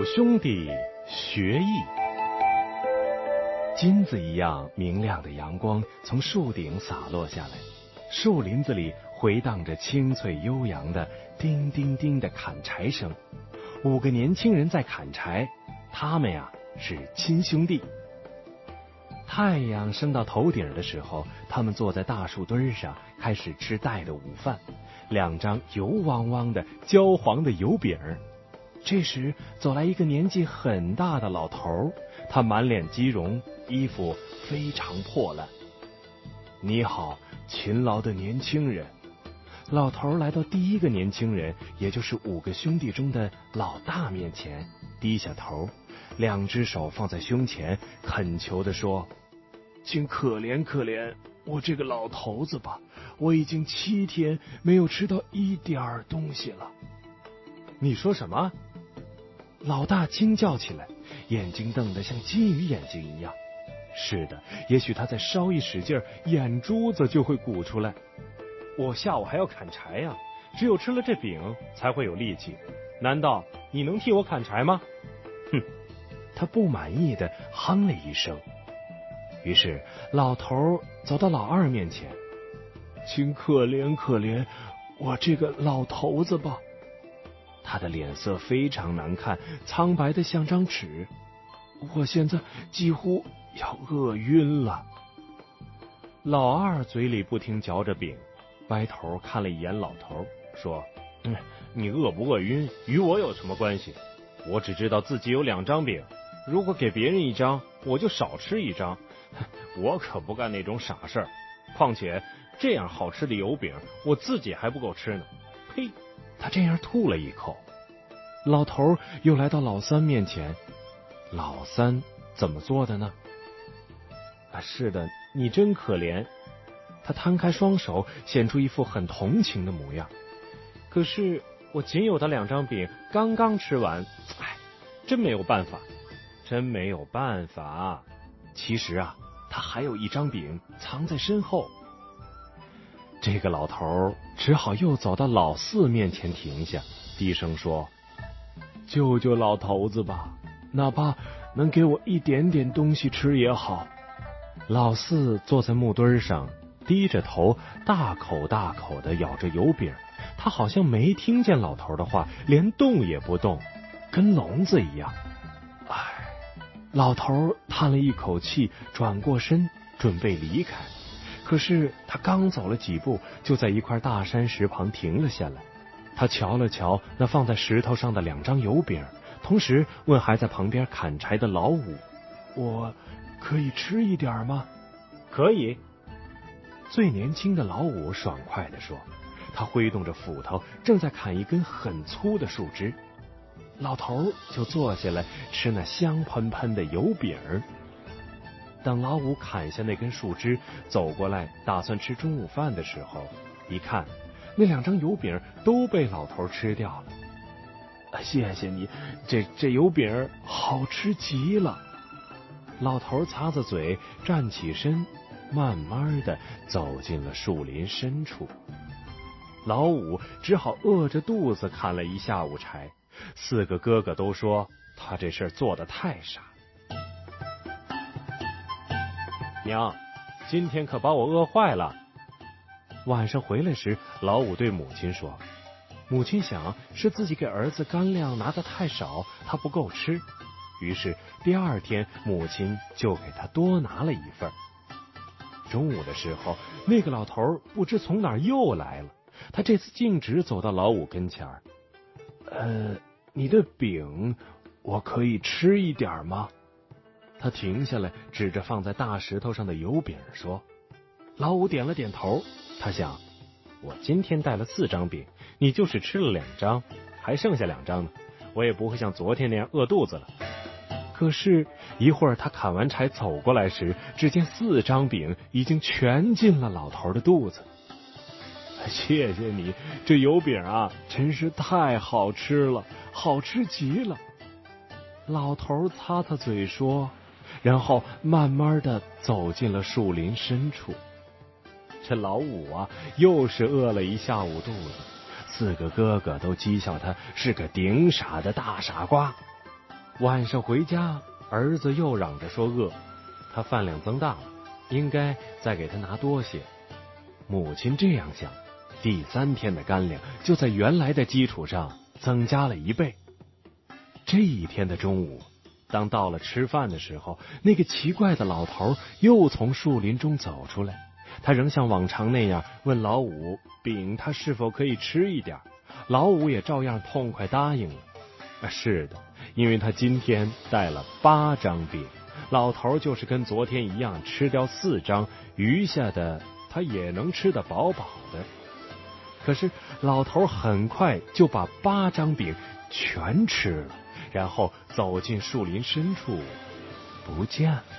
兄弟学艺。金子一样明亮的阳光从树顶洒落下来，树林子里回荡着清脆悠扬的叮叮叮的砍柴声。5个年轻人在砍柴，他们呀是亲兄弟。太阳升到头顶的时候，他们坐在大树墩上，开始吃带的午饭，2张油汪汪的焦黄的油饼。这时走来一个年纪很大的老头，他满脸肌茸，衣服非常破烂。你好，勤劳的年轻人。老头来到第一个年轻人，也就是5个兄弟中的老大面前，低下头，2只手放在胸前，恳求地说：请可怜可怜我这个老头子吧，我已经7天没有吃到一点东西了。你说什么？老大惊叫起来，眼睛瞪得像金鱼眼睛一样。是的，也许他再稍一使劲，眼珠子就会鼓出来。我下午还要砍柴呀，只有吃了这饼才会有力气。难道你能替我砍柴吗？哼！他不满意的哼了一声。于是老头走到老二面前，请可怜可怜我这个老头子吧。他的脸色非常难看，苍白的像张纸。我现在几乎要饿晕了。老二嘴里不停嚼着饼，歪头看了一眼老头，说：你饿不饿晕与我有什么关系？我只知道自己有2张饼，如果给别人1张，我就少吃1张。我可不干那种傻事儿。况且这样好吃的油饼，我自己还不够吃呢。呸！他这样吐了一口。老头又来到老三面前。老三怎么做的呢？是的，你真可怜。他摊开双手，显出一副很同情的模样。可是我仅有的2张饼刚刚吃完，真没有办法，真没有办法。其实啊，他还有1张饼藏在身后。这个老头只好又走到老四面前停下，低声说：救救老头子吧，哪怕能给我一点点东西吃也好。老四坐在木墩上，低着头，大口大口地咬着油饼。他好像没听见老头的话，连动也不动，跟聋子一样。老头叹了一口气，转过身准备离开。可是他刚走了几步，就在一块大山石旁停了下来。他瞧了瞧那放在石头上的2张油饼，同时问还在旁边砍柴的老五：我可以吃一点吗？可以。最年轻的老五爽快地说，他挥动着斧头，正在砍一根很粗的树枝。老头就坐下来吃那香喷喷的油饼。等老五砍下那根树枝，走过来打算吃中午饭的时候，一看那2张油饼都被老头吃掉了。谢谢你，这油饼好吃极了。老头擦擦嘴，站起身，慢慢的走进了树林深处。老五只好饿着肚子砍了一下午柴。4个哥哥都说他这事做得太傻。娘，今天可把我饿坏了。晚上回来时，老五对母亲说。母亲想是自己给儿子干粮拿得太少，他不够吃。于是第2天，母亲就给他多拿了1份。中午的时候，那个老头不知从哪儿又来了。他这次径直走到老五跟前儿。你的饼我可以吃一点吗？他停下来，指着放在大石头上的油饼说。老五点了点头。他想，我今天带了4张饼，你就是吃了2张，还剩下2张呢，我也不会像昨天那样饿肚子了。可是一会儿他砍完柴走过来时，只见4张饼已经全进了老头的肚子。谢谢你，这油饼啊，真是太好吃了，好吃极了。老头擦擦嘴说，然后慢慢的走进了树林深处。这老五啊，又是饿了一下午肚子。4个哥哥都讥笑他是个顶傻的大傻瓜。 晚上回家，儿子又嚷着说饿，他饭量增大了，应该再给他拿多些。母亲这样想，第3天的干粮就在原来的基础上增加了1倍。这一天的中午，当到了吃饭的时候，那个奇怪的老头又从树林中走出来，他仍像往常那样问老五饼他是否可以吃一点，老五也照样痛快答应了。是的，因为他今天带了8张饼，老头就是跟昨天一样吃掉4张，余下的他也能吃得饱饱的。可是老头很快就把8张饼全吃了，然后走进树林深处不见了。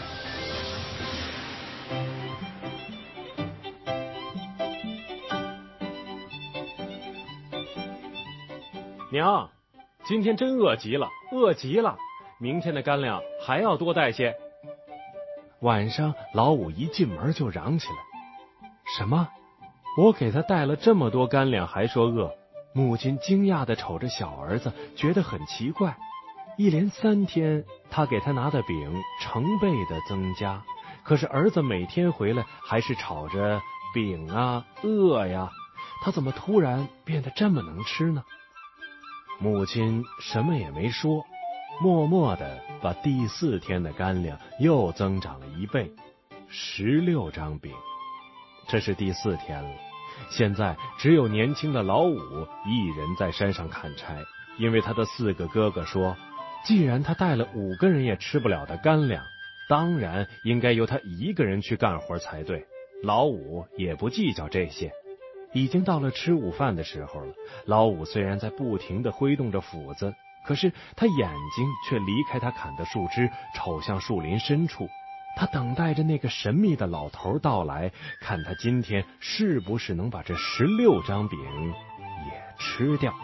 娘，今天真饿极了，饿极了，明天的干粮还要多带些。晚上老五一进门就嚷起来，什么？我给他带了这么多干粮还说饿？母亲惊讶地瞅着小儿子，觉得很奇怪。一连3天他给他拿的饼成倍的增加，可是儿子每天回来还是吵着饼啊饿呀，他怎么突然变得这么能吃呢？母亲什么也没说，默默地把第4天的干粮又增长了1倍，16张饼。这是第4天了，现在只有年轻的老五一人在山上砍柴，因为他的4个哥哥说，既然他带了5个人也吃不了的干粮，当然应该由他1个人去干活才对。老五也不计较这些。已经到了吃午饭的时候了，老五虽然在不停地挥动着斧子，可是他眼睛却离开他砍的树枝，瞅向树林深处。他等待着那个神秘的老头到来，看他今天是不是能把这16张饼也吃掉。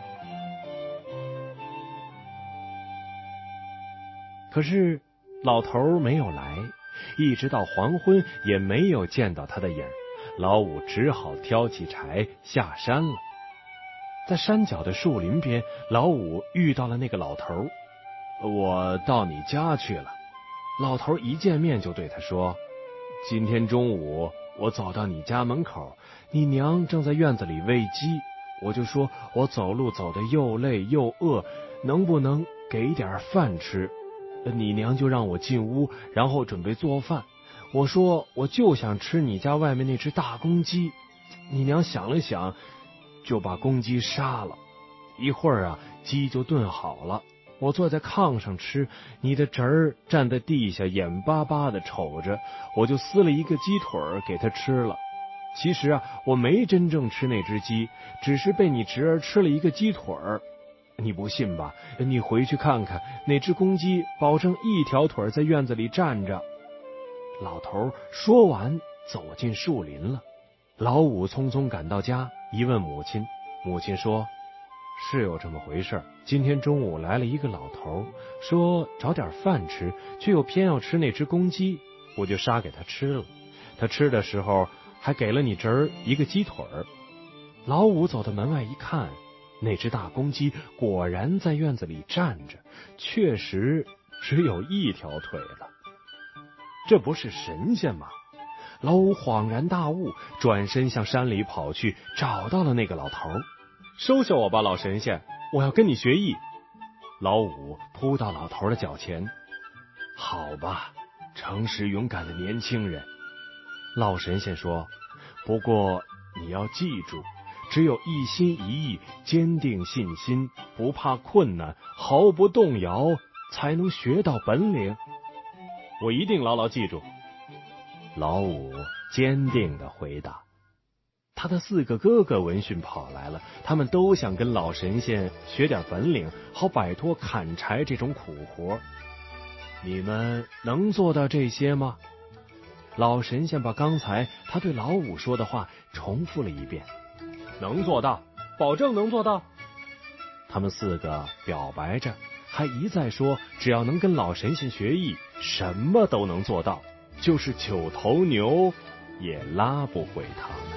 可是老头没有来，一直到黄昏也没有见到他的影儿。老五只好挑起柴下山了。在山脚的树林边，老五遇到了那个老头。我到你家去了。老头一见面就对他说，今天中午我走到你家门口，你娘正在院子里喂鸡，我就说我走路走得又累又饿，能不能给点饭吃？你娘就让我进屋，然后准备做饭。我说我就想吃你家外面那只大公鸡，你娘想了想，就把公鸡杀了。一会儿啊，鸡就炖好了。我坐在炕上吃，你的侄儿站在地下眼巴巴的瞅着，我就撕了一个鸡腿给他吃了。其实啊，我没真正吃那只鸡，只是被你侄儿吃了一个鸡腿。你不信吧？你回去看看，那只公鸡保证一条腿在院子里站着。老头说完走进树林了。老五匆匆赶到家，一问母亲，母亲说，是有这么回事，今天中午来了一个老头，说找点饭吃，却又偏要吃那只公鸡，我就杀给他吃了。他吃的时候还给了你侄儿一个鸡腿。老五走到门外一看，那只大公鸡果然在院子里站着，确实只有一条腿了。这不是神仙吗？老五恍然大悟，转身向山里跑去，找到了那个老头。收下我吧，老神仙，我要跟你学艺。老五扑到老头的脚前。好吧，诚实勇敢的年轻人。老神仙说，不过你要记住，只有一心一意，坚定信心，不怕困难，毫不动摇，才能学到本领。我一定牢牢记住。老五坚定地回答。他的4个哥哥闻讯跑来了，他们都想跟老神仙学点本领，好摆脱砍柴这种苦活。你们能做到这些吗？老神仙把刚才他对老五说的话重复了一遍。能做到，保证能做到。他们4个表白着，还一再说只要能跟老神仙学艺，什么都能做到，就是9头牛也拉不回他们。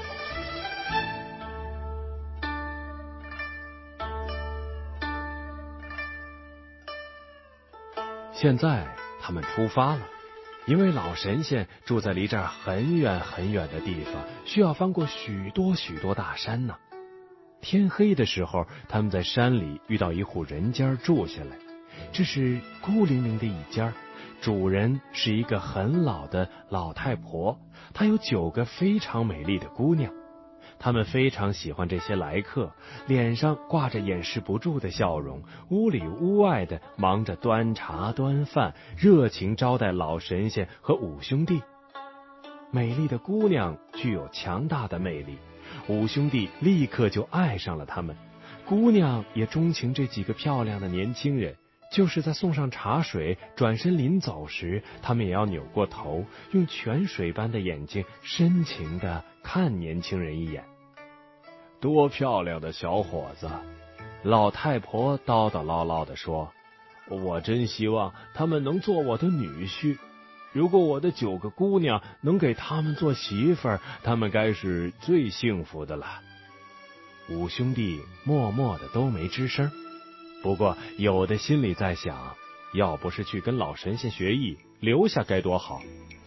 现在他们出发了，因为老神仙住在离这儿很远很远的地方，需要翻过许多许多大山呢。天黑的时候，他们在山里遇到一户人家住下来，这是孤零零的一家，主人是一个很老的老太婆，她有9个非常美丽的姑娘。他们非常喜欢这些来客，脸上挂着掩饰不住的笑容，屋里屋外的忙着端茶端饭，热情招待老神仙和5兄弟。美丽的姑娘具有强大的魅力，5兄弟立刻就爱上了他们，姑娘也钟情这几个漂亮的年轻人。就是在送上茶水转身临走时，他们也要扭过头，用泉水般的眼睛深情地看年轻人一眼。多漂亮的小伙子！老太婆叨叨唠唠地说，我真希望他们能做我的女婿，如果我的9个姑娘能给他们做媳妇儿，他们该是最幸福的了。5兄弟默默的都没吱声，不过有的心里在想，要不是去跟老神仙学艺，留下该多好。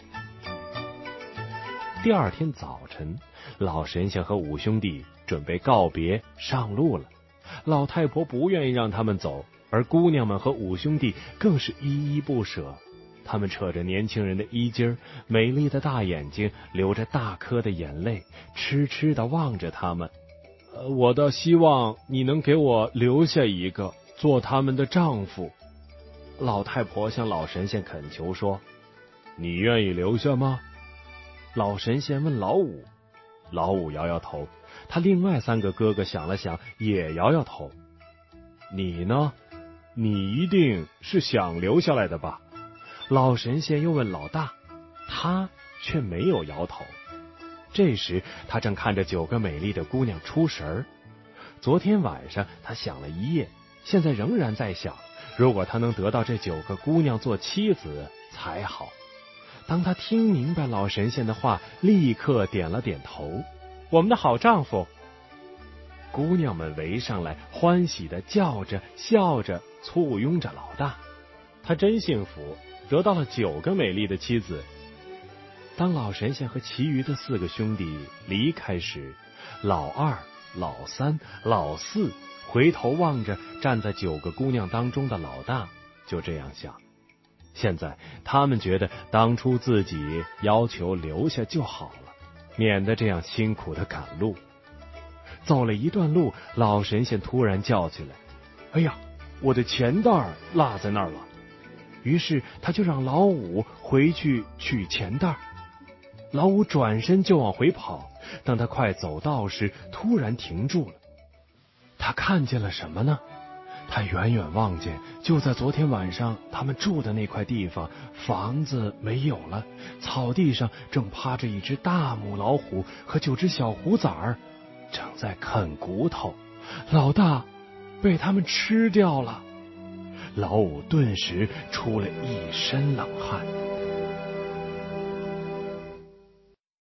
第2天早晨，老神仙和5兄弟准备告别上路了。老太婆不愿意让他们走，而姑娘们和5兄弟更是依依不舍。他们扯着年轻人的衣襟，美丽的大眼睛流着大颗的眼泪，痴痴地望着他们。我倒希望你能给我留下一个，做他们的丈夫。老太婆向老神仙恳求说，你愿意留下吗？老神仙问老5，老5摇摇头，他另外3个哥哥想了想，也摇摇头。你呢？你一定是想留下来的吧？老神仙又问老大，他却没有摇头。这时他正看着9个美丽的姑娘出神儿。昨天晚上他想了一夜，现在仍然在想，如果他能得到这9个姑娘做妻子才好。当他听明白老神仙的话，立刻点了点头，我们的好丈夫。姑娘们围上来，欢喜地叫着笑着，簇拥着老大。他真幸福，得到了9个美丽的妻子。当老神仙和其余的4个兄弟离开时，老2、老3、老4回头望着站在9个姑娘当中的老大，就这样想。现在他们觉得当初自己要求留下就好了，免得这样辛苦的赶路。走了一段路，老神仙突然叫起来，哎呀，我的钱袋落在那儿了。于是他就让老5回去取钱袋。老5转身就往回跑，当他快走到时，突然停住了。他看见了什么呢？他远远望见，就在昨天晚上他们住的那块地方，房子没有了，草地上正趴着一只大母老虎和9只小虎崽儿，正在啃骨头。老大被他们吃掉了。老5顿时出了一身冷汗。